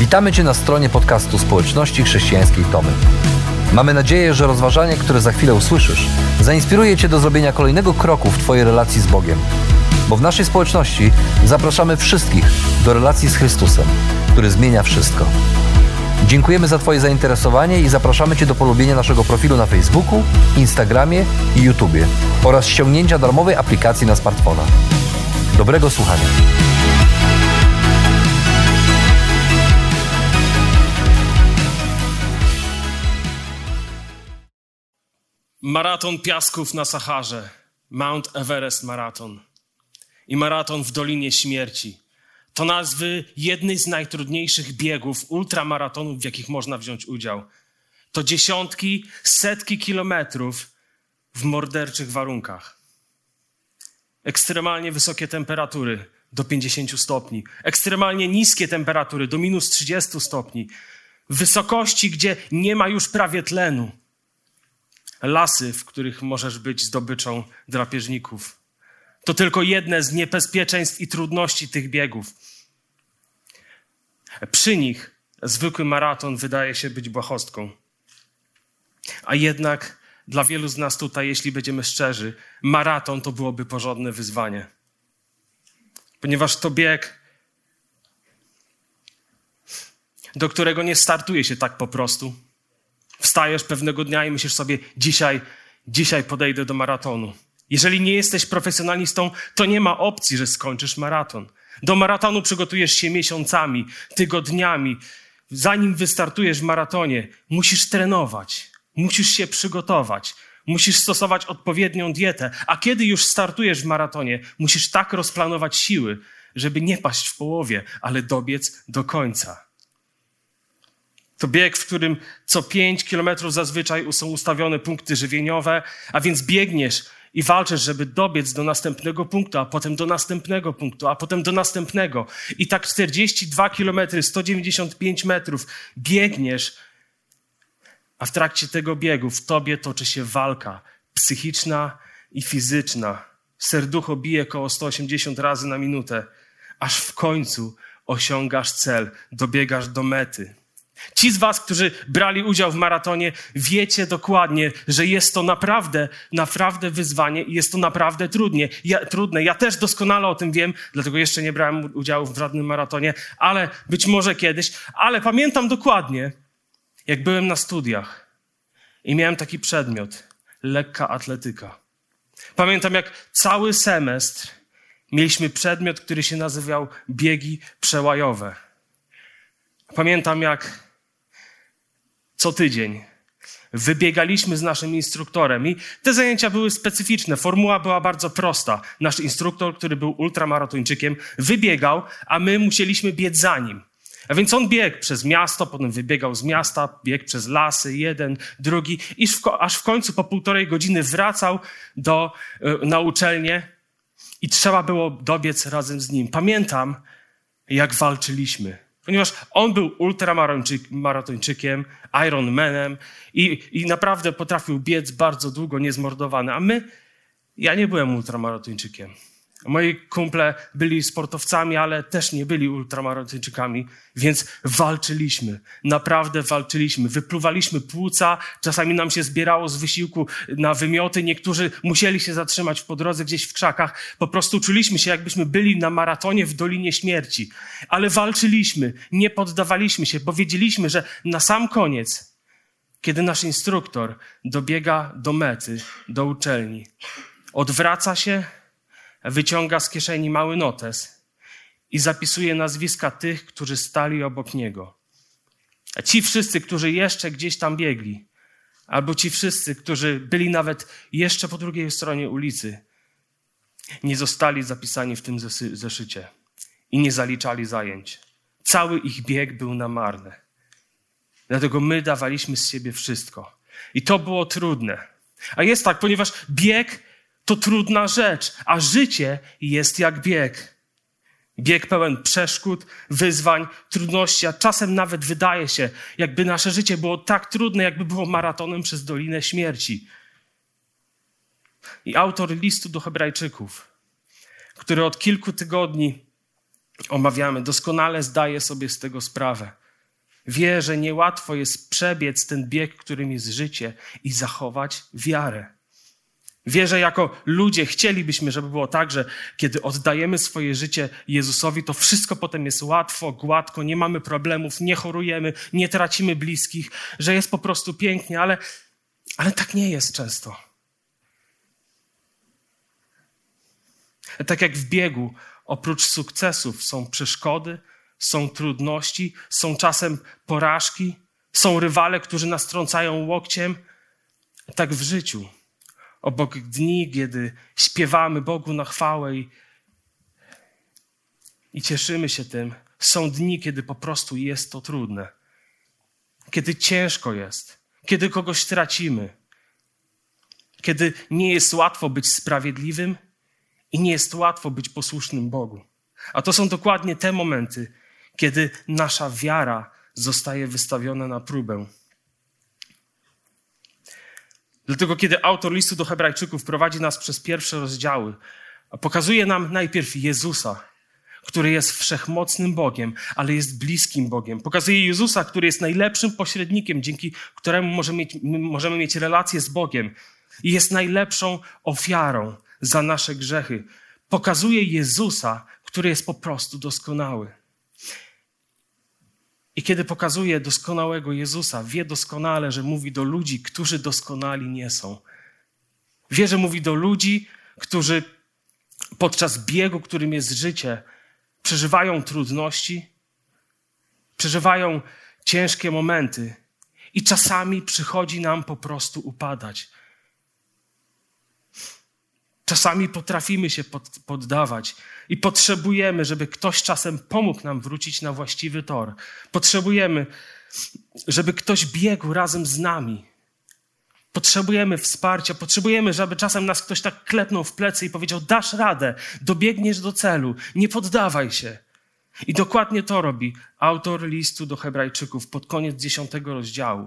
Witamy Cię na stronie podcastu Społeczności Chrześcijańskiej Tomy. Mamy nadzieję, że rozważanie, które za chwilę usłyszysz, zainspiruje Cię do zrobienia kolejnego kroku w Twojej relacji z Bogiem. Bo w naszej społeczności zapraszamy wszystkich do relacji z Chrystusem, który zmienia wszystko. Dziękujemy za Twoje zainteresowanie i zapraszamy Cię do polubienia naszego profilu na Facebooku, Instagramie i YouTubie oraz ściągnięcia darmowej aplikacji na smartfona. Dobrego słuchania. Maraton piasków na Saharze, Mount Everest Maraton i maraton w Dolinie Śmierci. To nazwy jednej z najtrudniejszych biegów, ultramaratonów, w jakich można wziąć udział. To dziesiątki, setki kilometrów w morderczych warunkach. Ekstremalnie wysokie temperatury do 50 stopni, ekstremalnie niskie temperatury do minus 30 stopni, wysokości, gdzie nie ma już prawie tlenu. Lasy, w których możesz być zdobyczą drapieżników. To tylko jedne z niebezpieczeństw i trudności tych biegów. Przy nich zwykły maraton wydaje się być błahostką. A jednak dla wielu z nas tutaj, jeśli będziemy szczerzy, maraton to byłoby porządne wyzwanie. Ponieważ to bieg, do którego nie startuje się tak po prostu. Wstajesz pewnego dnia i myślisz sobie, dzisiaj podejdę do maratonu. Jeżeli nie jesteś profesjonalistą, to nie ma opcji, że skończysz maraton. Do maratonu przygotujesz się miesiącami, tygodniami. Zanim wystartujesz w maratonie, musisz trenować, musisz się przygotować, musisz stosować odpowiednią dietę. A kiedy już startujesz w maratonie, musisz tak rozplanować siły, żeby nie paść w połowie, ale dobiec do końca. To bieg, w którym co 5 kilometrów zazwyczaj są ustawione punkty żywieniowe, a więc biegniesz i walczysz, żeby dobiec do następnego punktu, a potem do następnego punktu, a potem do następnego. I tak 42 kilometry, 195 metrów biegniesz, a w trakcie tego biegu w tobie toczy się walka psychiczna i fizyczna. Serducho bije około 180 razy na minutę, aż w końcu osiągasz cel, dobiegasz do mety. Ci z was, którzy brali udział w maratonie, wiecie dokładnie, że jest to naprawdę wyzwanie i jest to naprawdę trudne. Ja też doskonale o tym wiem, dlatego jeszcze nie brałem udziału w żadnym maratonie, ale być może kiedyś. Ale pamiętam dokładnie, jak byłem na studiach i miałem taki przedmiot, lekka atletyka. Pamiętam, jak cały semestr mieliśmy przedmiot, który się nazywał biegi przełajowe. Pamiętam, jak co tydzień wybiegaliśmy z naszym instruktorem i te zajęcia były specyficzne. Formuła była bardzo prosta. Nasz instruktor, który był ultramaratończykiem, wybiegał, a my musieliśmy biec za nim. A więc on biegł przez miasto, potem wybiegał z miasta, biegł przez lasy, jeden, drugi, i aż w końcu po 1,5 godziny wracał na uczelnię i trzeba było dobiec razem z nim. Pamiętam, jak walczyliśmy. Ponieważ on był ultramaratończykiem, Ironmanem i naprawdę potrafił biec bardzo długo, niezmordowany. Ja nie byłem ultramaratończykiem. Moi kumple byli sportowcami, ale też nie byli ultramaratończykami, więc walczyliśmy. Naprawdę walczyliśmy. Wypluwaliśmy płuca, czasami nam się zbierało z wysiłku na wymioty. Niektórzy musieli się zatrzymać po drodze gdzieś w krzakach. Po prostu czuliśmy się, jakbyśmy byli na maratonie w Dolinie Śmierci. Ale walczyliśmy, nie poddawaliśmy się, bo wiedzieliśmy, że na sam koniec, kiedy nasz instruktor dobiega do mety, do uczelni, odwraca się, wyciąga z kieszeni mały notes i zapisuje nazwiska tych, którzy stali obok niego. A ci wszyscy, którzy jeszcze gdzieś tam biegli, albo ci wszyscy, którzy byli nawet jeszcze po drugiej stronie ulicy, nie zostali zapisani w tym zeszycie i nie zaliczali zajęć. Cały ich bieg był na marne. Dlatego my dawaliśmy z siebie wszystko. I to było trudne. A jest tak, ponieważ bieg to trudna rzecz, a życie jest jak bieg. Bieg pełen przeszkód, wyzwań, trudności, a czasem nawet wydaje się, jakby nasze życie było tak trudne, jakby było maratonem przez Dolinę Śmierci. I autor listu do Hebrajczyków, który od kilku tygodni omawiamy, doskonale zdaje sobie z tego sprawę. Wie, że niełatwo jest przebiec ten bieg, którym jest życie i zachować wiarę. Wie, że jako ludzie chcielibyśmy, żeby było tak, że kiedy oddajemy swoje życie Jezusowi, to wszystko potem jest łatwo, gładko, nie mamy problemów, nie chorujemy, nie tracimy bliskich, że jest po prostu pięknie, ale tak nie jest często. Tak jak w biegu, oprócz sukcesów są przeszkody, są trudności, są czasem porażki, są rywale, którzy nas trącają łokciem. Tak w życiu. Obok dni, kiedy śpiewamy Bogu na chwałę i cieszymy się tym, są dni, kiedy po prostu jest to trudne. Kiedy ciężko jest, kiedy kogoś tracimy, kiedy nie jest łatwo być sprawiedliwym i nie jest łatwo być posłusznym Bogu. A to są dokładnie te momenty, kiedy nasza wiara zostaje wystawiona na próbę. Dlatego, kiedy autor listu do Hebrajczyków prowadzi nas przez pierwsze rozdziały, pokazuje nam najpierw Jezusa, który jest wszechmocnym Bogiem, ale jest bliskim Bogiem. Pokazuje Jezusa, który jest najlepszym pośrednikiem, dzięki któremu możemy mieć relację z Bogiem i jest najlepszą ofiarą za nasze grzechy. Pokazuje Jezusa, który jest po prostu doskonały. I kiedy pokazuje doskonałego Jezusa, wie doskonale, że mówi do ludzi, którzy doskonali nie są. Wie, że mówi do ludzi, którzy podczas biegu, którym jest życie, przeżywają trudności, przeżywają ciężkie momenty i czasami przychodzi nam po prostu upadać. Czasami potrafimy się poddawać i potrzebujemy, żeby ktoś czasem pomógł nam wrócić na właściwy tor. Potrzebujemy, żeby ktoś biegł razem z nami. Potrzebujemy wsparcia, potrzebujemy, żeby czasem nas ktoś tak klepnął w plecy i powiedział: dasz radę, dobiegniesz do celu, nie poddawaj się. I dokładnie to robi autor listu do Hebrajczyków pod koniec 10 rozdziału.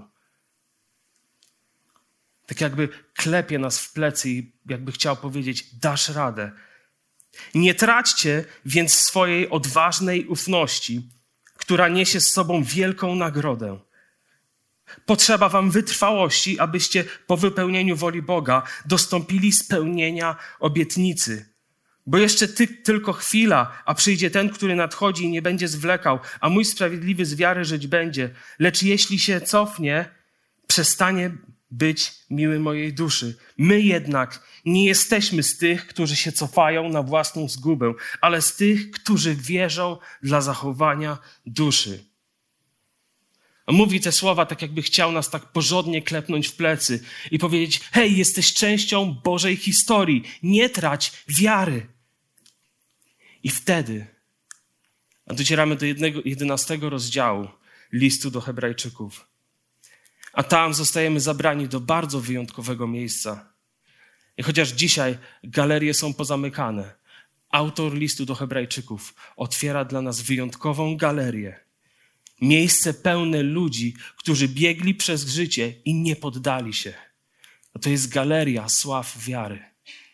Tak jakby klepie nas w plecy i jakby chciał powiedzieć: dasz radę. Nie traćcie więc swojej odważnej ufności, która niesie z sobą wielką nagrodę. Potrzeba wam wytrwałości, abyście po wypełnieniu woli Boga dostąpili spełnienia obietnicy. Bo jeszcze tylko chwila, a przyjdzie ten, który nadchodzi i nie będzie zwlekał, a mój sprawiedliwy z wiary żyć będzie. Lecz jeśli się cofnie, przestanie być miły mojej duszy. My jednak nie jesteśmy z tych, którzy się cofają na własną zgubę, ale z tych, którzy wierzą dla zachowania duszy. A mówi te słowa tak, jakby chciał nas tak porządnie klepnąć w plecy i powiedzieć: hej, jesteś częścią Bożej historii, nie trać wiary. I wtedy docieramy do 11 rozdziału listu do Hebrajczyków. A tam zostajemy zabrani do bardzo wyjątkowego miejsca. I chociaż dzisiaj galerie są pozamykane, autor listu do Hebrajczyków otwiera dla nas wyjątkową galerię. Miejsce pełne ludzi, którzy biegli przez życie i nie poddali się. A to jest galeria sław wiary.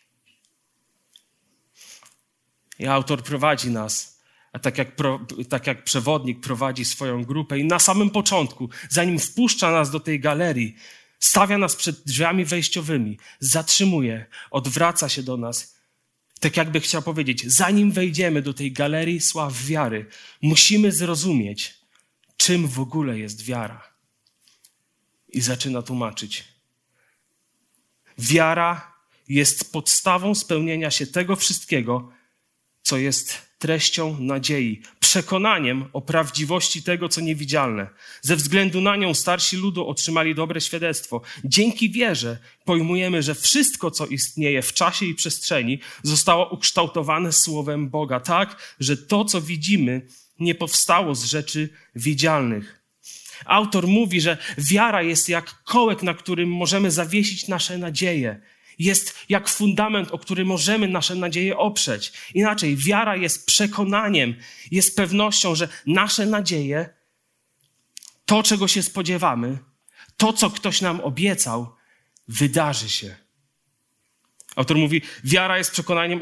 I autor prowadzi nas, a tak jak przewodnik prowadzi swoją grupę i na samym początku, zanim wpuszcza nas do tej galerii, stawia nas przed drzwiami wejściowymi, zatrzymuje, odwraca się do nas. Tak jakby chciał powiedzieć: zanim wejdziemy do tej galerii sław wiary, musimy zrozumieć, czym w ogóle jest wiara. I zaczyna tłumaczyć. Wiara jest podstawą spełnienia się tego wszystkiego, co jest treścią nadziei, przekonaniem o prawdziwości tego, co niewidzialne. Ze względu na nią starsi ludu otrzymali dobre świadectwo. Dzięki wierze pojmujemy, że wszystko, co istnieje w czasie i przestrzeni, zostało ukształtowane słowem Boga, tak, że to, co widzimy, nie powstało z rzeczy widzialnych. Autor mówi, że wiara jest jak kołek, na którym możemy zawiesić nasze nadzieje. Jest jak fundament, o który możemy nasze nadzieje oprzeć. Inaczej, wiara jest przekonaniem, jest pewnością, że nasze nadzieje, to, czego się spodziewamy, to, co ktoś nam obiecał, wydarzy się. Autor mówi, wiara jest przekonaniem o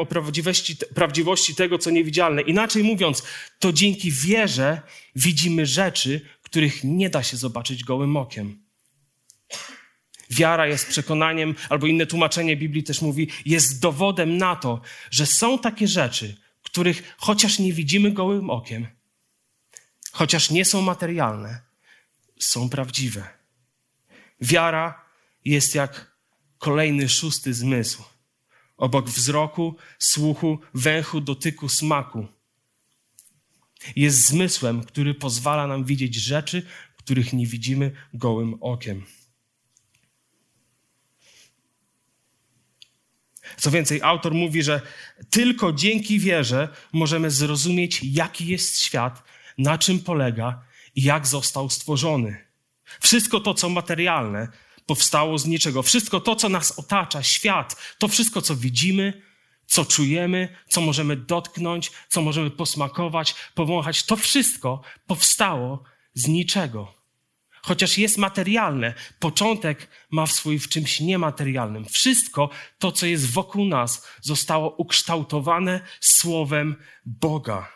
prawdziwości tego, co niewidzialne. Inaczej mówiąc, to dzięki wierze widzimy rzeczy, których nie da się zobaczyć gołym okiem. Wiara jest przekonaniem, albo inne tłumaczenie Biblii też mówi, jest dowodem na to, że są takie rzeczy, których chociaż nie widzimy gołym okiem, chociaż nie są materialne, są prawdziwe. Wiara jest jak kolejny 6. zmysł. Obok wzroku, słuchu, węchu, dotyku, smaku. Jest zmysłem, który pozwala nam widzieć rzeczy, których nie widzimy gołym okiem. Co więcej, autor mówi, że tylko dzięki wierze możemy zrozumieć, jaki jest świat, na czym polega i jak został stworzony. Wszystko to, co materialne, powstało z niczego. Wszystko to, co nas otacza, świat, to wszystko, co widzimy, co czujemy, co możemy dotknąć, co możemy posmakować, powąchać, to wszystko powstało z niczego. Chociaż jest materialne, początek ma w czymś niematerialnym. Wszystko to, co jest wokół nas, zostało ukształtowane Słowem Boga.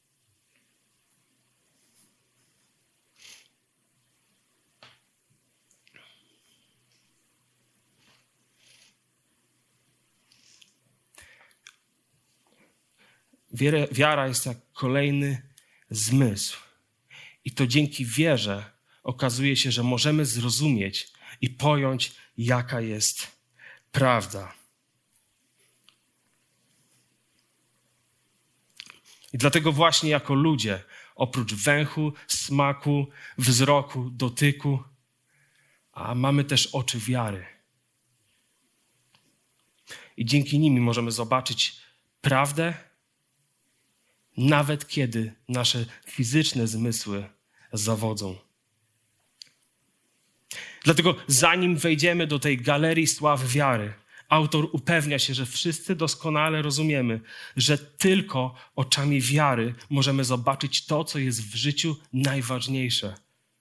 Wiara jest jak kolejny zmysł. I to dzięki wierze okazuje się, że możemy zrozumieć i pojąć, jaka jest prawda. I dlatego właśnie jako ludzie, oprócz węchu, smaku, wzroku, dotyku, a mamy też oczy wiary. I dzięki nimi możemy zobaczyć prawdę, nawet kiedy nasze fizyczne zmysły zawodzą. Dlatego zanim wejdziemy do tej galerii sław wiary, autor upewnia się, że wszyscy doskonale rozumiemy, że tylko oczami wiary możemy zobaczyć to, co jest w życiu najważniejsze.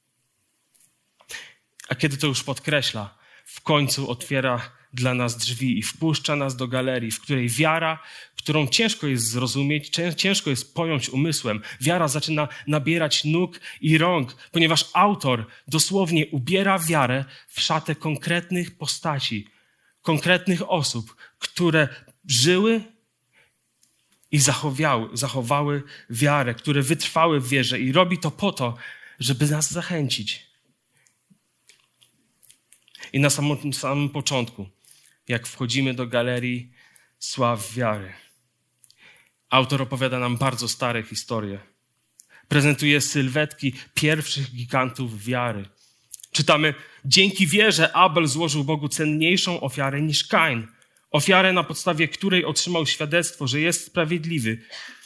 A kiedy to już podkreśla, w końcu otwiera dla nas drzwi i wpuszcza nas do galerii, w której wiara, którą ciężko jest zrozumieć, ciężko jest pojąć umysłem, wiara zaczyna nabierać nóg i rąk, ponieważ autor dosłownie ubiera wiarę w szatę konkretnych postaci, konkretnych osób, które żyły i zachowały wiarę, które wytrwały w wierze i robi to po to, żeby nas zachęcić. I na samym początku, jak wchodzimy do galerii sław wiary, autor opowiada nam bardzo stare historie. Prezentuje sylwetki pierwszych gigantów wiary. Czytamy, dzięki wierze Abel złożył Bogu cenniejszą ofiarę niż Kain. Ofiarę, na podstawie której otrzymał świadectwo, że jest sprawiedliwy.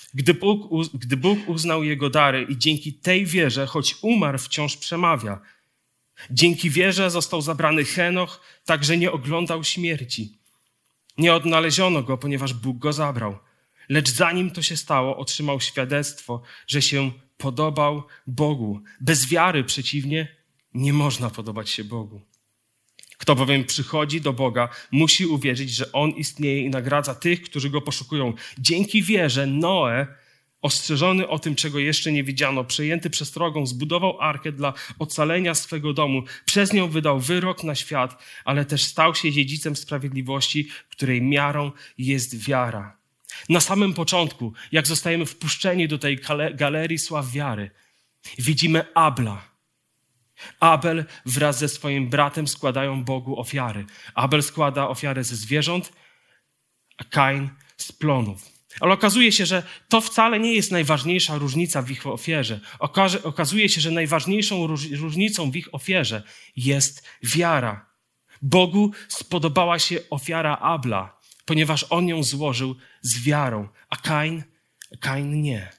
Gdy Bóg uznał jego dary i dzięki tej wierze, choć umarł, wciąż przemawia. Dzięki wierze został zabrany Henoch, tak że nie oglądał śmierci. Nie odnaleziono go, ponieważ Bóg go zabrał. Lecz zanim to się stało, otrzymał świadectwo, że się podobał Bogu. Bez wiary przeciwnie, nie można podobać się Bogu. Kto bowiem przychodzi do Boga, musi uwierzyć, że On istnieje i nagradza tych, którzy Go poszukują. Dzięki wierze Noe, ostrzeżony o tym, czego jeszcze nie widziano, przejęty przestrogą, zbudował arkę dla ocalenia swego domu. Przez nią wydał wyrok na świat, ale też stał się dziedzicem sprawiedliwości, której miarą jest wiara. Na samym początku, jak zostajemy wpuszczeni do tej galerii sław wiary, widzimy Abla. Abel wraz ze swoim bratem składają Bogu ofiary. Abel składa ofiarę ze zwierząt, a Kain z plonów. Ale okazuje się, że to wcale nie jest najważniejsza różnica w ich ofierze. Okazuje się, że najważniejszą różnicą w ich ofierze jest wiara. Bogu spodobała się ofiara Abla, ponieważ on ją złożył z wiarą, a Kain nie.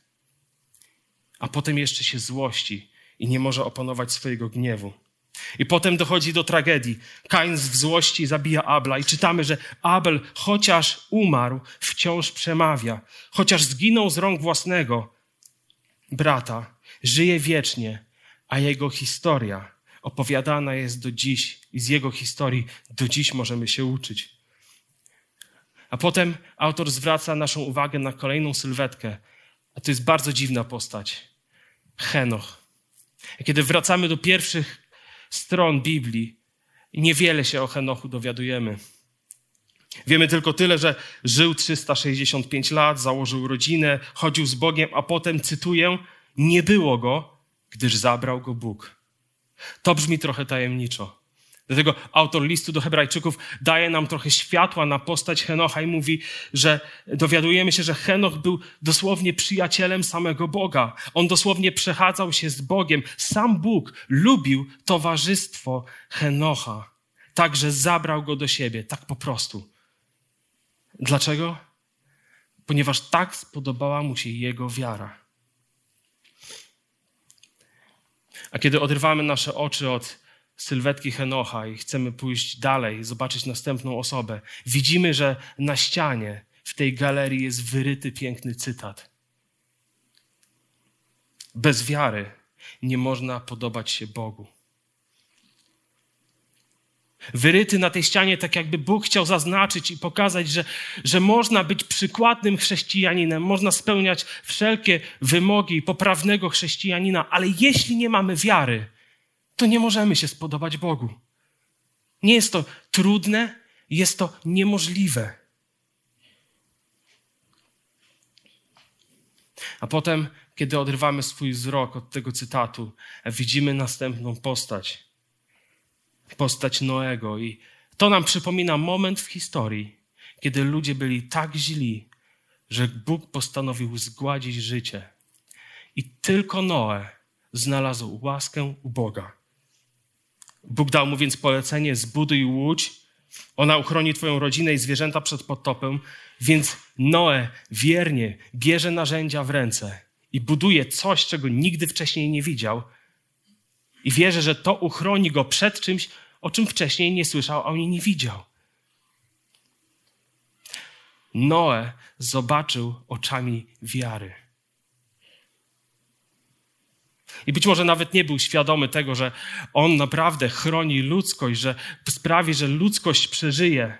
A potem jeszcze się złości i nie może opanować swojego gniewu. I potem dochodzi do tragedii. Kain w złości zabija Abla i czytamy, że Abel, chociaż umarł, wciąż przemawia. Chociaż zginął z rąk własnego brata, żyje wiecznie, a jego historia opowiadana jest do dziś i z jego historii do dziś możemy się uczyć. A potem autor zwraca naszą uwagę na kolejną sylwetkę, a to jest bardzo dziwna postać. Henoch. Kiedy wracamy do pierwszych stron Biblii, niewiele się o Henochu dowiadujemy. Wiemy tylko tyle, że żył 365 lat, założył rodzinę, chodził z Bogiem, a potem, cytuję, nie było go, gdyż zabrał go Bóg. To brzmi trochę tajemniczo. Dlatego autor listu do Hebrajczyków daje nam trochę światła na postać Henocha i mówi, że dowiadujemy się, że Henoch był dosłownie przyjacielem samego Boga. On dosłownie przechadzał się z Bogiem. Sam Bóg lubił towarzystwo Henocha. Także zabrał go do siebie, tak po prostu. Dlaczego? Ponieważ tak spodobała mu się jego wiara. A kiedy odrywamy nasze oczy od sylwetki Henocha i chcemy pójść dalej, zobaczyć następną osobę, widzimy, że na ścianie w tej galerii jest wyryty piękny cytat. Bez wiary nie można podobać się Bogu. Wyryty na tej ścianie, tak jakby Bóg chciał zaznaczyć i pokazać, że można być przykładnym chrześcijaninem, można spełniać wszelkie wymogi poprawnego chrześcijanina, ale jeśli nie mamy wiary, to nie możemy się spodobać Bogu. Nie jest to trudne, jest to niemożliwe. A potem, kiedy odrywamy swój wzrok od tego cytatu, widzimy następną postać. Postać Noego. I to nam przypomina moment w historii, kiedy ludzie byli tak źli, że Bóg postanowił zgładzić życie. I tylko Noe znalazł łaskę u Boga. Bóg dał mu więc polecenie: zbuduj łódź, ona uchroni twoją rodzinę i zwierzęta przed potopem. Więc Noe wiernie bierze narzędzia w ręce i buduje coś, czego nigdy wcześniej nie widział. I wierzy, że to uchroni go przed czymś, o czym wcześniej nie słyszał, ani nie widział. Noe zobaczył oczami wiary. I być może nawet nie był świadomy tego, że on naprawdę chroni ludzkość, że sprawi, że ludzkość przeżyje.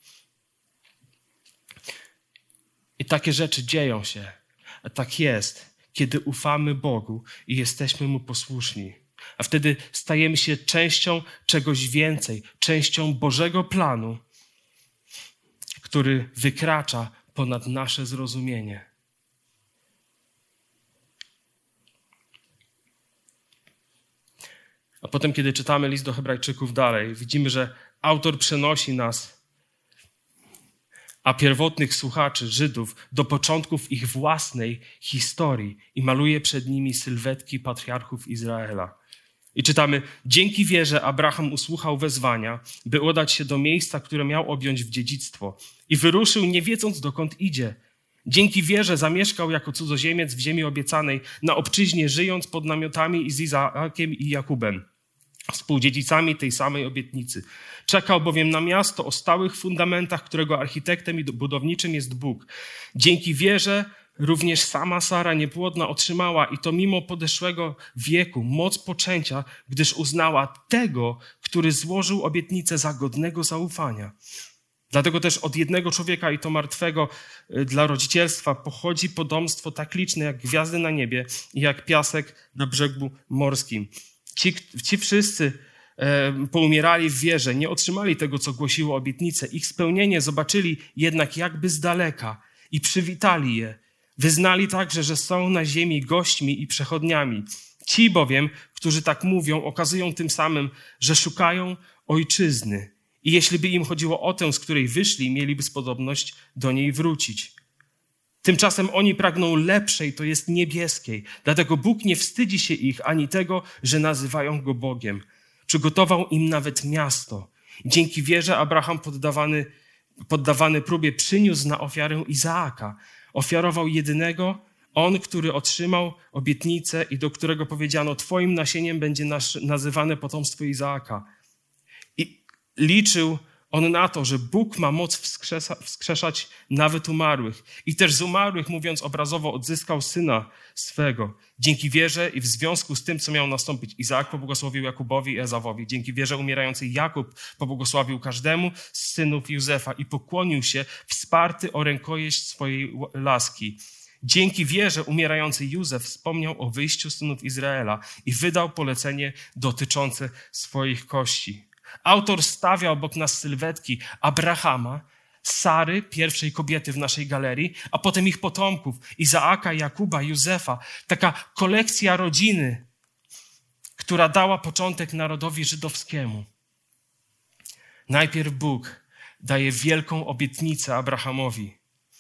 I takie rzeczy dzieją się. A tak jest, kiedy ufamy Bogu i jesteśmy Mu posłuszni. A wtedy stajemy się częścią czegoś więcej, częścią Bożego planu, który wykracza ponad nasze zrozumienie. A potem, kiedy czytamy list do Hebrajczyków dalej, widzimy, że autor przenosi nas, a pierwotnych słuchaczy, Żydów, do początków ich własnej historii i maluje przed nimi sylwetki patriarchów Izraela. I czytamy: dzięki wierze Abraham usłuchał wezwania, by udać się do miejsca, które miał objąć w dziedzictwo, i wyruszył, nie wiedząc, dokąd idzie. Dzięki wierze zamieszkał jako cudzoziemiec w ziemi obiecanej, na obczyźnie, żyjąc pod namiotami z Izaakiem i Jakubem, współdziedzicami tej samej obietnicy. Czekał bowiem na miasto o stałych fundamentach, którego architektem i budowniczym jest Bóg. Dzięki wierze również sama Sara niepłodna otrzymała, i to mimo podeszłego wieku, moc poczęcia, gdyż uznała tego, który złożył obietnicę, za godnego zaufania. Dlatego też od jednego człowieka, i to martwego, dla rodzicielstwa pochodzi potomstwo tak liczne jak gwiazdy na niebie i jak piasek na brzegu morskim. Ci wszyscy poumierali w wierze, nie otrzymali tego, co głosiło obietnicę. Ich spełnienie zobaczyli jednak jakby z daleka i przywitali je. Wyznali także, że są na ziemi gośćmi i przechodniami. Ci bowiem, którzy tak mówią, okazują tym samym, że szukają ojczyzny. I jeśli by im chodziło o tę, z której wyszli, mieliby sposobność do niej wrócić. Tymczasem oni pragną lepszej, to jest niebieskiej. Dlatego Bóg nie wstydzi się ich ani tego, że nazywają Go Bogiem. Przygotował im nawet miasto. Dzięki wierze Abraham poddawany próbie przyniósł na ofiarę Izaaka. Ofiarował jedynego, on, który otrzymał obietnicę i do którego powiedziano: twoim nasieniem będzie nazywane potomstwo Izaaka. I liczył on na to, że Bóg ma moc wskrzeszać nawet umarłych. I też z umarłych, mówiąc obrazowo, odzyskał syna swego. Dzięki wierze i w związku z tym, co miało nastąpić, Izaak pobłogosławił Jakubowi i Ezawowi. Dzięki wierze umierający Jakub pobłogosławił każdemu z synów Józefa i pokłonił się, wsparty o rękojeść swojej laski. Dzięki wierze umierający Józef wspomniał o wyjściu synów Izraela i wydał polecenie dotyczące swoich kości. Autor stawia obok nas sylwetki Abrahama, Sary, pierwszej kobiety w naszej galerii, a potem ich potomków, Izaaka, Jakuba, Józefa. Taka kolekcja rodziny, która dała początek narodowi żydowskiemu. Najpierw Bóg daje wielką obietnicę Abrahamowi,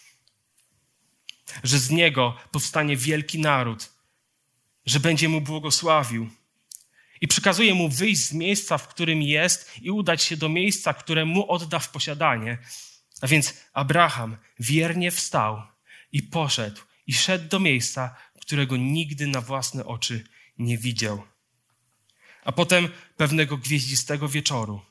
że z niego powstanie wielki naród, że będzie mu błogosławił. I przykazuje mu wyjść z miejsca, w którym jest i udać się do miejsca, które mu odda w posiadanie. A więc Abraham wiernie wstał i poszedł i szedł do miejsca, którego nigdy na własne oczy nie widział. A potem pewnego gwieździstego wieczoru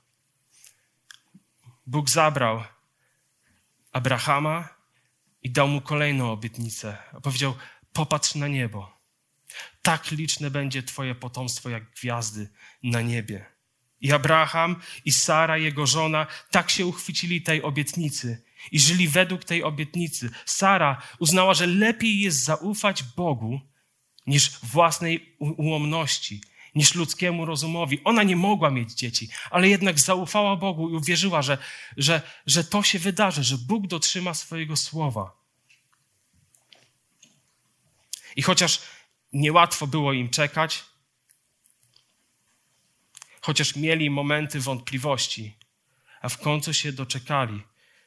Bóg zabrał Abrahama i dał mu kolejną obietnicę. A powiedział: popatrz na niebo. Tak liczne będzie twoje potomstwo jak gwiazdy na niebie. I Abraham i Sara, jego żona, tak się uchwycili tej obietnicy i żyli według tej obietnicy. Sara uznała, że lepiej jest zaufać Bogu niż własnej ułomności, niż ludzkiemu rozumowi. Ona nie mogła mieć dzieci, ale jednak zaufała Bogu i uwierzyła, że to się wydarzy, że Bóg dotrzyma swojego słowa. I chociaż niełatwo było im czekać, chociaż mieli momenty wątpliwości, a w końcu się doczekali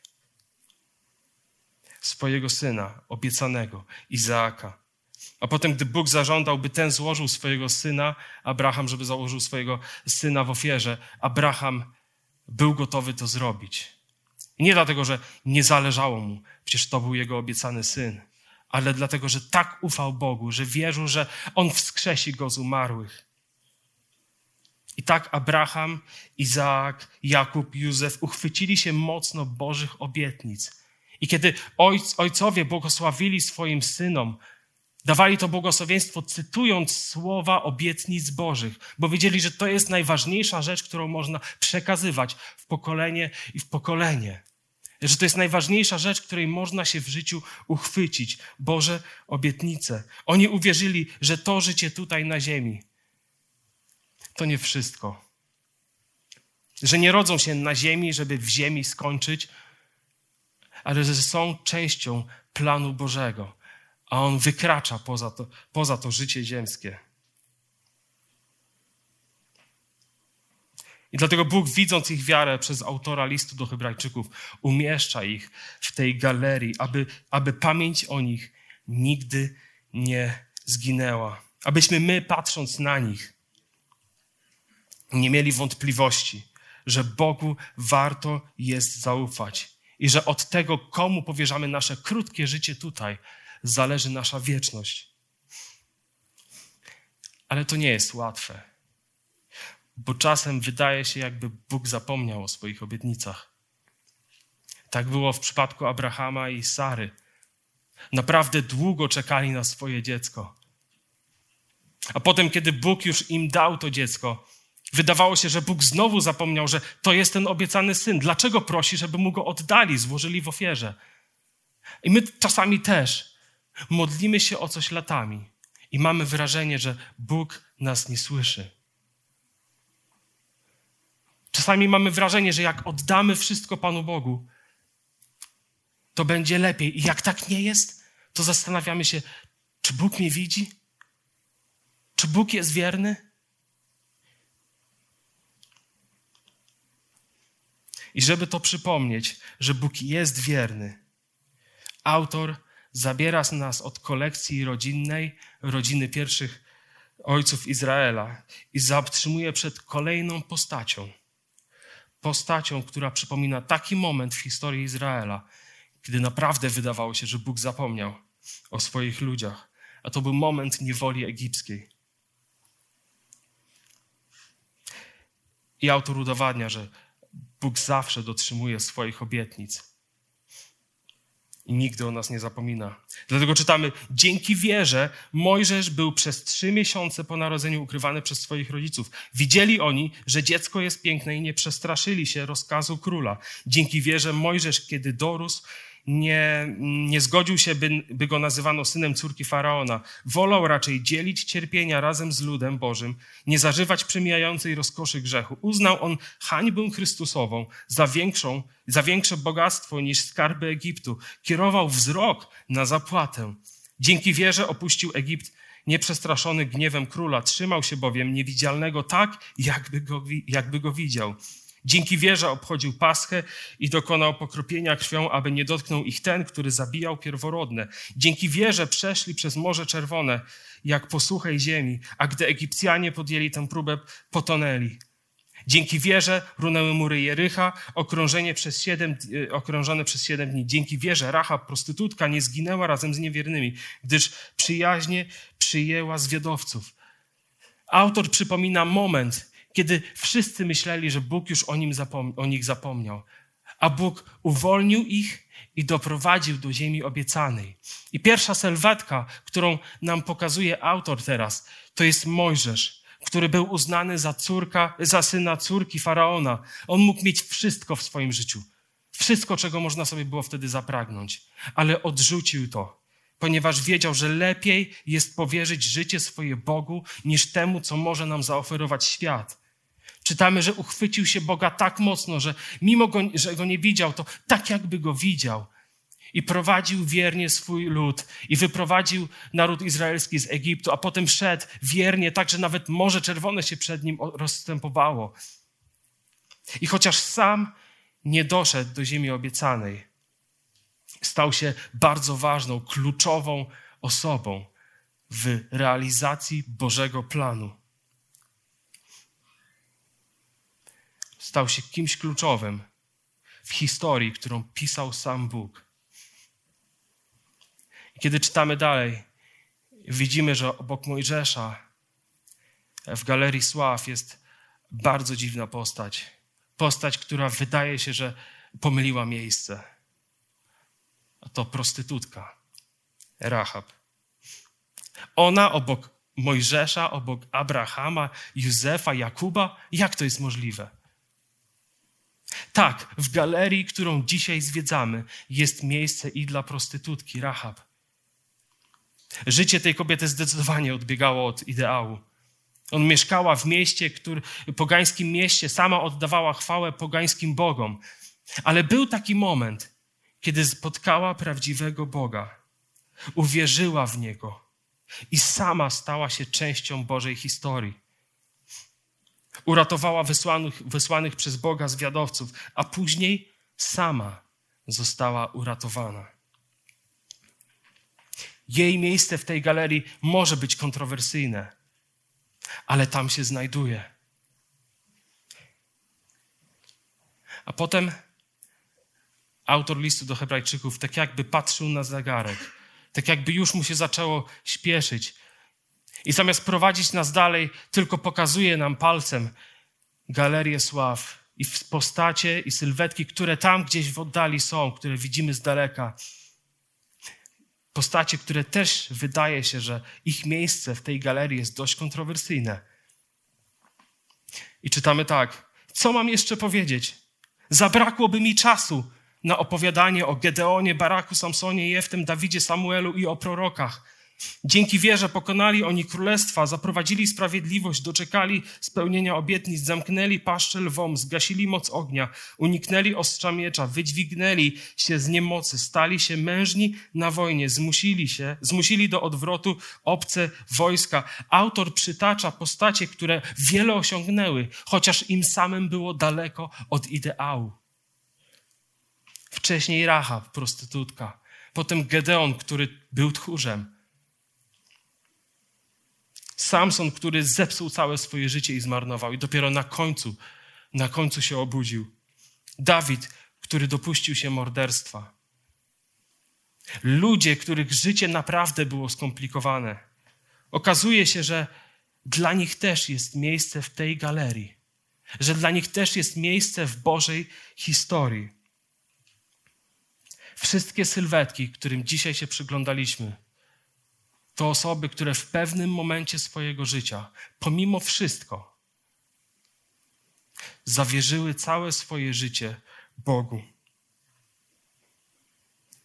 swojego syna obiecanego, Izaaka. A potem, gdy Bóg zażądał, by ten złożył swojego syna, Abraham, żeby założył swojego syna w ofierze, Abraham był gotowy to zrobić. I nie dlatego, że nie zależało mu, przecież to był jego obiecany syn, ale dlatego, że tak ufał Bogu, że wierzył, że On wskrzesi go z umarłych. I tak Abraham, Izaak, Jakub, Józef uchwycili się mocno Bożych obietnic. I kiedy ojcowie błogosławili swoim synom, dawali to błogosławieństwo, cytując słowa obietnic Bożych, bo wiedzieli, że to jest najważniejsza rzecz, którą można przekazywać w pokolenie i w pokolenie. Że to jest najważniejsza rzecz, której można się w życiu uchwycić. Boże obietnice. Oni uwierzyli, że to życie tutaj na ziemi to nie wszystko. Że nie rodzą się na ziemi, żeby w ziemi skończyć, ale że są częścią planu Bożego, a On wykracza poza to życie ziemskie. I dlatego Bóg, widząc ich wiarę przez autora listu do Hebrajczyków, umieszcza ich w tej galerii, aby pamięć o nich nigdy nie zginęła. Abyśmy my, patrząc na nich, nie mieli wątpliwości, że Bogu warto jest zaufać i że od tego, komu powierzamy nasze krótkie życie tutaj, zależy nasza wieczność. Ale to nie jest łatwe, bo czasem wydaje się, jakby Bóg zapomniał o swoich obietnicach. Tak było w przypadku Abrahama i Sary. Naprawdę długo czekali na swoje dziecko. A potem, kiedy Bóg już im dał to dziecko, wydawało się, że Bóg znowu zapomniał, że to jest ten obiecany syn. Dlaczego prosi, żeby mu go oddali, złożyli w ofierze? I my czasami też modlimy się o coś latami i mamy wrażenie, że Bóg nas nie słyszy. Czasami mamy wrażenie, że jak oddamy wszystko Panu Bogu, to będzie lepiej. I jak tak nie jest, to zastanawiamy się, czy Bóg mnie widzi? Czy Bóg jest wierny? I żeby to przypomnieć, że Bóg jest wierny, autor zabiera nas od kolekcji rodzinnej, rodziny pierwszych ojców Izraela i zatrzymuje przed kolejną postacią. Postacią, która przypomina taki moment w historii Izraela, kiedy naprawdę wydawało się, że Bóg zapomniał o swoich ludziach. A to był moment niewoli egipskiej. I autor udowadnia, że Bóg zawsze dotrzymuje swoich obietnic i nigdy o nas nie zapomina. Dlatego czytamy: dzięki wierze Mojżesz był przez 3 miesiące po narodzeniu ukrywany przez swoich rodziców. Widzieli oni, że dziecko jest piękne i nie przestraszyli się rozkazu króla. Dzięki wierze Mojżesz, kiedy dorósł, nie zgodził się, by go nazywano synem córki Faraona. Wolał raczej dzielić cierpienia razem z ludem Bożym, nie zażywać przemijającej rozkoszy grzechu. Uznał on hańbę Chrystusową za większe bogactwo niż skarby Egiptu. Kierował wzrok na zapłatę. Dzięki wierze opuścił Egipt nieprzestraszony gniewem króla. Trzymał się bowiem niewidzialnego tak, jakby go widział. Dzięki wierze obchodził Paschę i dokonał pokropienia krwią, aby nie dotknął ich ten, który zabijał pierworodne. Dzięki wierze przeszli przez Morze Czerwone, jak po suchej ziemi, a gdy Egipcjanie podjęli tę próbę, potonęli. Dzięki wierze runęły mury Jericha, okrążone przez 7 dni. Dzięki wierze Rahab, prostytutka, nie zginęła razem z niewiernymi, gdyż przyjaźnie przyjęła zwiadowców. Autor przypomina moment, kiedy wszyscy myśleli, że Bóg już o nich zapomniał, a Bóg uwolnił ich i doprowadził do ziemi obiecanej. I pierwsza sylwetka, którą nam pokazuje autor teraz, to jest Mojżesz, który był uznany za syna córki Faraona. On mógł mieć wszystko w swoim życiu. Wszystko, czego można sobie było wtedy zapragnąć. Ale odrzucił to, ponieważ wiedział, że lepiej jest powierzyć życie swoje Bogu, niż temu, co może nam zaoferować świat. Czytamy, że uchwycił się Boga tak mocno, że mimo że go nie widział, to tak jakby go widział. I prowadził wiernie swój lud i wyprowadził naród izraelski z Egiptu, a potem szedł wiernie, tak że nawet Morze Czerwone się przed nim rozstępowało. I chociaż sam nie doszedł do ziemi obiecanej, stał się bardzo ważną, kluczową osobą w realizacji Bożego planu. Stał się kimś kluczowym w historii, którą pisał sam Bóg. I kiedy czytamy dalej, widzimy, że obok Mojżesza w Galerii Sław jest bardzo dziwna postać. Postać, która wydaje się, że pomyliła miejsce. A to prostytutka, Rahab. Ona obok Mojżesza, obok Abrahama, Józefa, Jakuba. Jak to jest możliwe? Tak, w galerii, którą dzisiaj zwiedzamy, jest miejsce i dla prostytutki Rahab. Życie tej kobiety zdecydowanie odbiegało od ideału. On mieszkała w mieście, pogańskim mieście, sama oddawała chwałę pogańskim bogom. Ale był taki moment, kiedy spotkała prawdziwego Boga, uwierzyła w Niego i sama stała się częścią Bożej historii. Uratowała wysłanych przez Boga zwiadowców, a później sama została uratowana. Jej miejsce w tej galerii może być kontrowersyjne, ale tam się znajduje. A potem autor listu do Hebrajczyków tak jakby patrzył na zegarek, tak jakby już mu się zaczęło śpieszyć. I zamiast prowadzić nas dalej, tylko pokazuje nam palcem galerię sław i postacie i sylwetki, które tam gdzieś w oddali są, które widzimy z daleka. Postacie, które też wydaje się, że ich miejsce w tej galerii jest dość kontrowersyjne. I czytamy tak. Co mam jeszcze powiedzieć? Zabrakłoby mi czasu na opowiadanie o Gedeonie, Baraku, Samsonie, Jeftem, Dawidzie, Samuelu i o prorokach. Dzięki wierze pokonali oni królestwa, zaprowadzili sprawiedliwość, doczekali spełnienia obietnic, zamknęli paszczę lwom, zgasili moc ognia, uniknęli ostrza miecza, wydźwignęli się z niemocy, stali się mężni na wojnie, zmusili do odwrotu obce wojska. Autor przytacza postacie, które wiele osiągnęły, chociaż im samym było daleko od ideału. Wcześniej Rahab, prostytutka, potem Gedeon, który był tchórzem. Samson, który zepsuł całe swoje życie i zmarnował i dopiero na końcu się obudził. Dawid, który dopuścił się morderstwa. Ludzie, których życie naprawdę było skomplikowane. Okazuje się, że dla nich też jest miejsce w tej galerii. Że dla nich też jest miejsce w Bożej historii. Wszystkie sylwetki, którym dzisiaj się przyglądaliśmy, to osoby, które w pewnym momencie swojego życia, pomimo wszystko, zawierzyły całe swoje życie Bogu.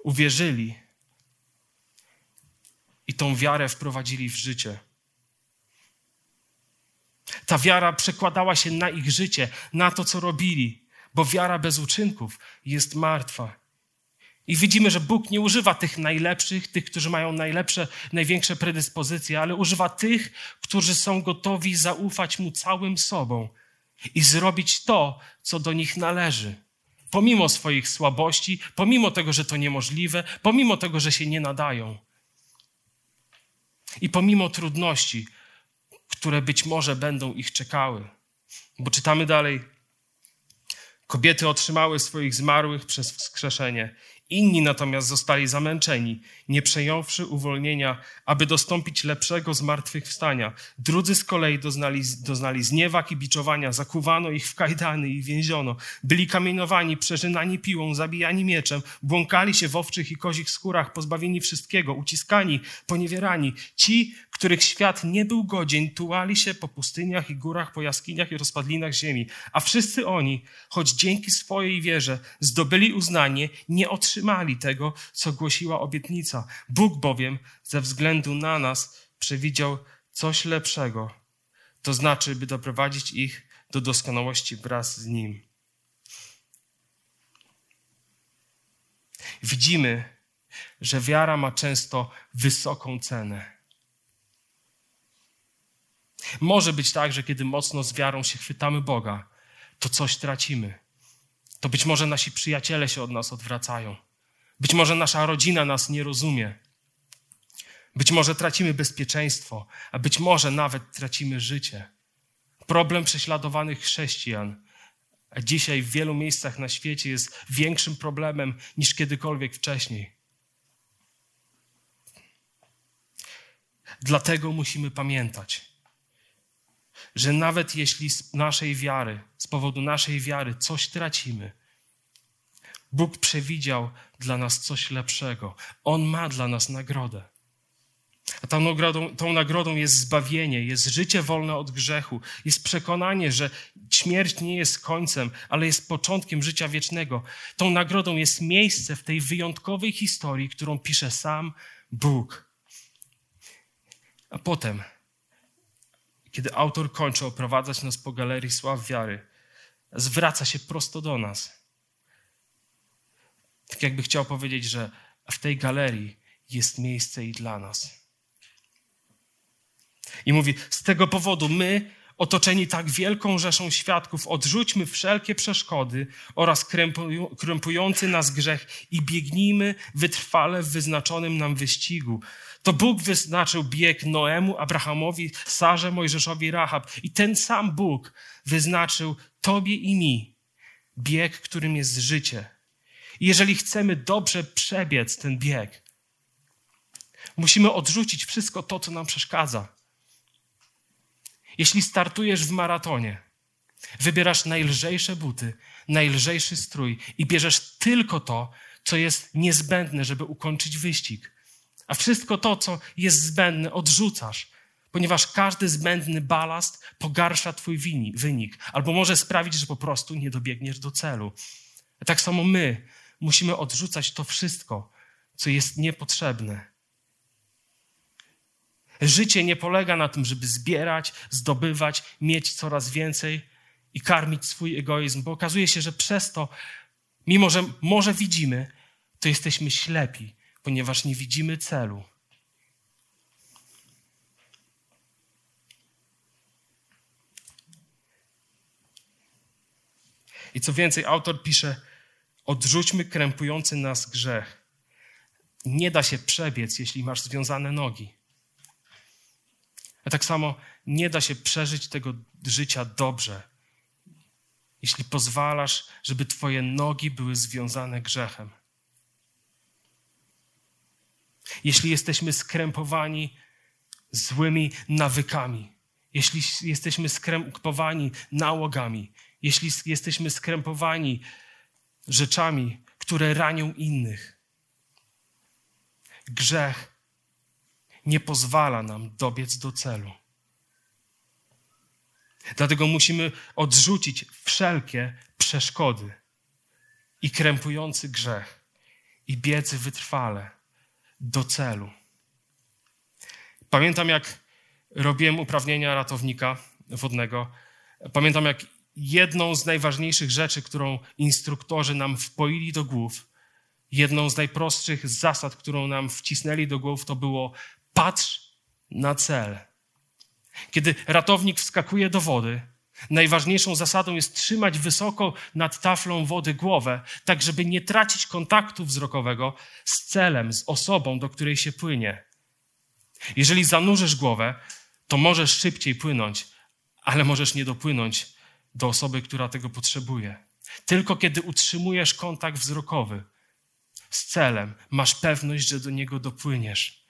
uwierzyli i tą wiarę wprowadzili w życie. Ta wiara przekładała się na ich życie, na to, co robili, bo wiara bez uczynków jest martwa. I widzimy, że Bóg nie używa tych najlepszych, tych, którzy mają największe predyspozycje, ale używa tych, którzy są gotowi zaufać Mu całym sobą i zrobić to, co do nich należy. Pomimo swoich słabości, pomimo tego, że to niemożliwe, pomimo tego, że się nie nadają. I pomimo trudności, które być może będą ich czekały. Bo czytamy dalej. Kobiety otrzymały swoich zmarłych przez wskrzeszenie. Inni natomiast zostali zamęczeni, nie przejąwszy uwolnienia, aby dostąpić lepszego zmartwychwstania. Drudzy z kolei doznali zniewag i biczowania, zakuwano ich w kajdany i więziono. Byli kamienowani, przerzynani piłą, zabijani mieczem, błąkali się w owczych i kozich skórach, pozbawieni wszystkiego, uciskani, poniewierani. Ci, których świat nie był godzien, tułali się po pustyniach i górach, po jaskiniach i rozpadlinach ziemi. A wszyscy oni, choć dzięki swojej wierze zdobyli uznanie, nie otrzymali tego, co głosiła obietnica. Bóg bowiem ze względu na nas przewidział coś lepszego, to znaczy, by doprowadzić ich do doskonałości wraz z Nim. Widzimy, że wiara ma często wysoką cenę. Może być tak, że kiedy mocno z wiarą się chwytamy Boga, to coś tracimy. To być może nasi przyjaciele się od nas odwracają. Być może nasza rodzina nas nie rozumie. Być może tracimy bezpieczeństwo, a być może nawet tracimy życie. Problem prześladowanych chrześcijan, a dzisiaj w wielu miejscach na świecie jest większym problemem niż kiedykolwiek wcześniej. Dlatego musimy pamiętać, że nawet jeśli z powodu naszej wiary coś tracimy, Bóg przewidział dla nas coś lepszego. On ma dla nas nagrodę. A tą nagrodą jest zbawienie, jest życie wolne od grzechu, jest przekonanie, że śmierć nie jest końcem, ale jest początkiem życia wiecznego. Tą nagrodą jest miejsce w tej wyjątkowej historii, którą pisze sam Bóg. A potem, kiedy autor kończy oprowadzać nas po galerii sław wiary, zwraca się prosto do nas. Tak jakby chciał powiedzieć, że w tej galerii jest miejsce i dla nas. I mówi, z tego powodu my, otoczeni tak wielką rzeszą świadków, odrzućmy wszelkie przeszkody oraz krępujący nas grzech i biegnijmy wytrwale w wyznaczonym nam wyścigu. To Bóg wyznaczył bieg Noemu, Abrahamowi, Sarze, Mojżeszowi, Rahab. I ten sam Bóg wyznaczył tobie i mi bieg, którym jest życie. I jeżeli chcemy dobrze przebiec ten bieg, musimy odrzucić wszystko to, co nam przeszkadza. Jeśli startujesz w maratonie, wybierasz najlżejsze buty, najlżejszy strój i bierzesz tylko to, co jest niezbędne, żeby ukończyć wyścig. A wszystko to, co jest zbędne, odrzucasz, ponieważ każdy zbędny balast pogarsza twój wynik albo może sprawić, że po prostu nie dobiegniesz do celu. A tak samo my musimy odrzucać to wszystko, co jest niepotrzebne. Życie nie polega na tym, żeby zbierać, zdobywać, mieć coraz więcej i karmić swój egoizm, bo okazuje się, że przez to, mimo że może widzimy, to jesteśmy ślepi, ponieważ nie widzimy celu. I co więcej, autor pisze, odrzućmy krępujący nas grzech. Nie da się przebiec, jeśli masz związane nogi. A tak samo nie da się przeżyć tego życia dobrze, jeśli pozwalasz, żeby twoje nogi były związane grzechem. Jeśli jesteśmy skrępowani złymi nawykami, jeśli jesteśmy skrępowani nałogami, jeśli jesteśmy skrępowani rzeczami, które ranią innych, grzech nie pozwala nam dobiec do celu. Dlatego musimy odrzucić wszelkie przeszkody i krępujący grzech i biec wytrwale do celu. Pamiętam, jak robiłem uprawnienia ratownika wodnego. Pamiętam, jak jedną z najważniejszych rzeczy, którą instruktorzy nam wpoili do głów, jedną z najprostszych zasad, którą nam wcisnęli do głów, to było: patrz na cel. Kiedy ratownik wskakuje do wody, najważniejszą zasadą jest trzymać wysoko nad taflą wody głowę, tak żeby nie tracić kontaktu wzrokowego z celem, z osobą, do której się płynie. Jeżeli zanurzysz głowę, to możesz szybciej płynąć, ale możesz nie dopłynąć do osoby, która tego potrzebuje. Tylko kiedy utrzymujesz kontakt wzrokowy z celem, masz pewność, że do niego dopłyniesz.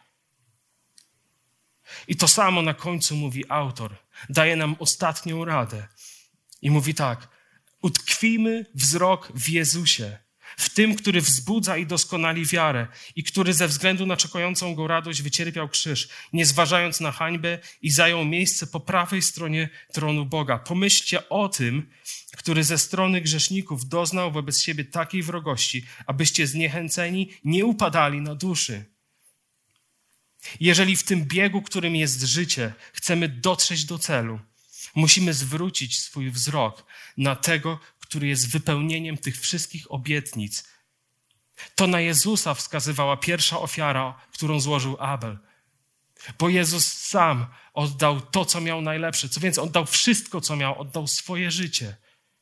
I to samo na końcu mówi autor. Daje nam ostatnią radę. I mówi tak: utkwijmy wzrok w Jezusie, w tym, który wzbudza i doskonali wiarę i który ze względu na czekającą go radość wycierpiał krzyż, nie zważając na hańbę i zajął miejsce po prawej stronie tronu Boga. Pomyślcie o tym, który ze strony grzeszników doznał wobec siebie takiej wrogości, abyście zniechęceni nie upadali na duszy. Jeżeli w tym biegu, którym jest życie, chcemy dotrzeć do celu, musimy zwrócić swój wzrok na tego, który jest wypełnieniem tych wszystkich obietnic. To na Jezusa wskazywała pierwsza ofiara, którą złożył Abel. Bo Jezus sam oddał to, co miał najlepsze. Co więcej, oddał wszystko, co miał, oddał swoje życie.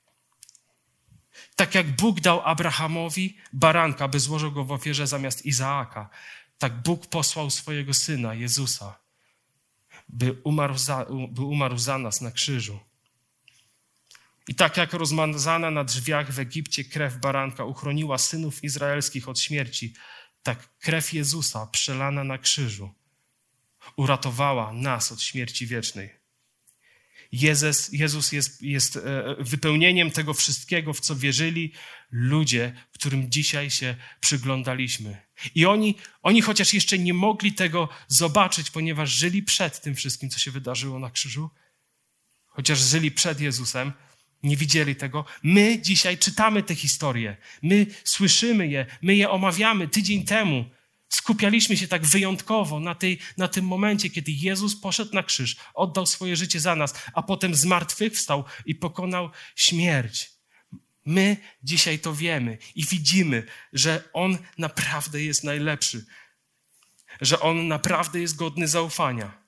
Tak jak Bóg dał Abrahamowi baranka, by złożył go w ofierze zamiast Izaaka, tak Bóg posłał swojego Syna, Jezusa, by umarł za nas na krzyżu. I tak jak rozmazana na drzwiach w Egipcie krew baranka uchroniła synów izraelskich od śmierci, tak krew Jezusa przelana na krzyżu uratowała nas od śmierci wiecznej. Jezus jest wypełnieniem tego wszystkiego, w co wierzyli ludzie, którym dzisiaj się przyglądaliśmy. I oni chociaż jeszcze nie mogli tego zobaczyć, ponieważ żyli przed tym wszystkim, co się wydarzyło na krzyżu, chociaż żyli przed Jezusem, nie widzieli tego. My dzisiaj czytamy te historie, my słyszymy je, my je omawiamy. Tydzień temu skupialiśmy się tak wyjątkowo na tym momencie, kiedy Jezus poszedł na krzyż, oddał swoje życie za nas, a potem zmartwychwstał i pokonał śmierć. My dzisiaj to wiemy i widzimy, że On naprawdę jest najlepszy, że On naprawdę jest godny zaufania.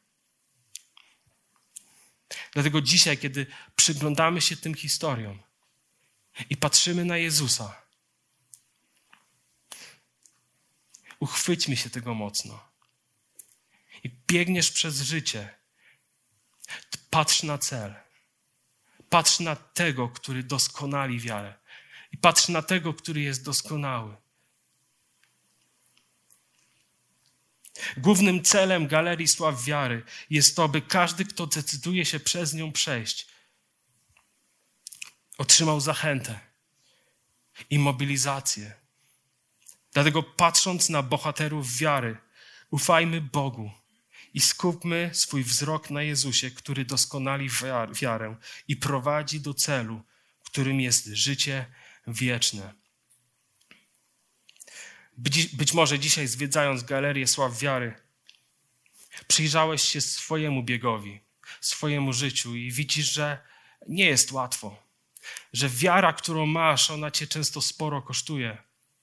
Dlatego dzisiaj, kiedy przyglądamy się tym historiom i patrzymy na Jezusa, uchwyćmy się tego mocno. I biegniesz przez życie. Patrz na cel. Patrz na tego, który doskonali wiarę. I patrz na tego, który jest doskonały. Głównym celem Galerii Sław Wiary jest to, by każdy, kto decyduje się przez nią przejść, otrzymał zachętę i mobilizację. Dlatego patrząc na bohaterów wiary, ufajmy Bogu i skupmy swój wzrok na Jezusie, który doskonali wiarę i prowadzi do celu, którym jest życie wieczne. Być może dzisiaj, zwiedzając Galerię Sław Wiary, przyjrzałeś się swojemu biegowi, swojemu życiu i widzisz, że nie jest łatwo, że wiara, którą masz, ona cię często sporo kosztuje.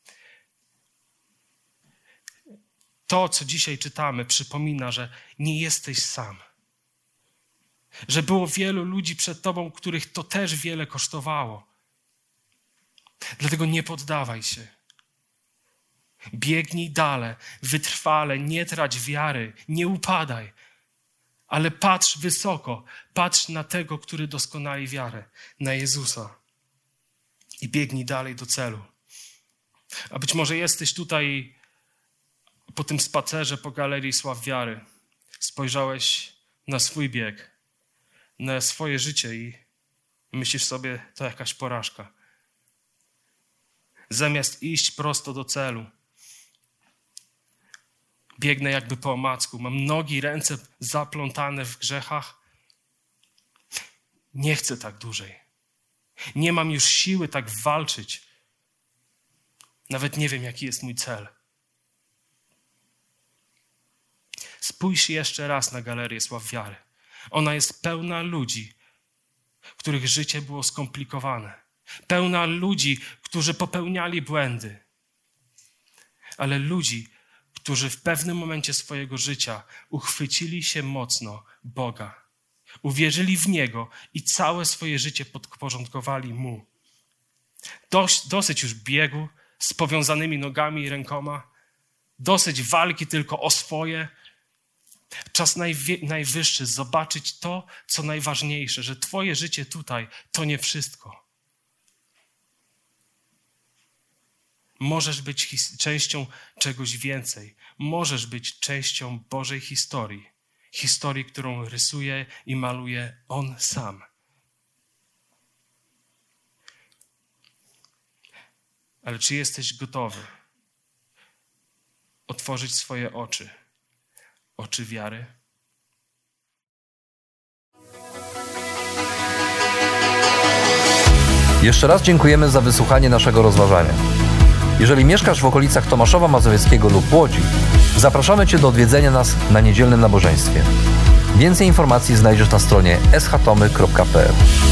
To, co dzisiaj czytamy, przypomina, że nie jesteś sam. Że było wielu ludzi przed tobą, których to też wiele kosztowało. Dlatego nie poddawaj się. Biegnij dalej, wytrwale, nie trać wiary, nie upadaj. Ale patrz wysoko, patrz na tego, który doskonali wiarę, na Jezusa. I biegnij dalej do celu. A być może jesteś tutaj po tym spacerze po Galerii Sław Wiary. Spojrzałeś na swój bieg, na swoje życie i myślisz sobie, to jakaś porażka. Zamiast iść prosto do celu, biegnę jakby po omacku, mam nogi, ręce zaplątane w grzechach. Nie chcę tak dłużej. Nie mam już siły tak walczyć. Nawet nie wiem, jaki jest mój cel. Spójrz jeszcze raz na galerię Sław Wiary. Ona jest pełna ludzi, których życie było skomplikowane. Pełna ludzi, którzy popełniali błędy. Ale ludzi, którzy w pewnym momencie swojego życia uchwycili się mocno Boga. Uwierzyli w Niego i całe swoje życie podporządkowali Mu. Dosyć już biegu z powiązanymi nogami i rękoma. Dosyć walki tylko o swoje. Czas najwyższy zobaczyć to, co najważniejsze, że twoje życie tutaj to nie wszystko. Możesz być częścią czegoś więcej. Możesz być częścią Bożej historii. Historii, którą rysuje i maluje On sam. Ale czy jesteś gotowy otworzyć swoje oczy? Oczy wiary? Jeszcze raz dziękujemy za wysłuchanie naszego rozważania. Jeżeli mieszkasz w okolicach Tomaszowa Mazowieckiego lub Łodzi, zapraszamy Cię do odwiedzenia nas na niedzielnym nabożeństwie. Więcej informacji znajdziesz na stronie schtomy.pl.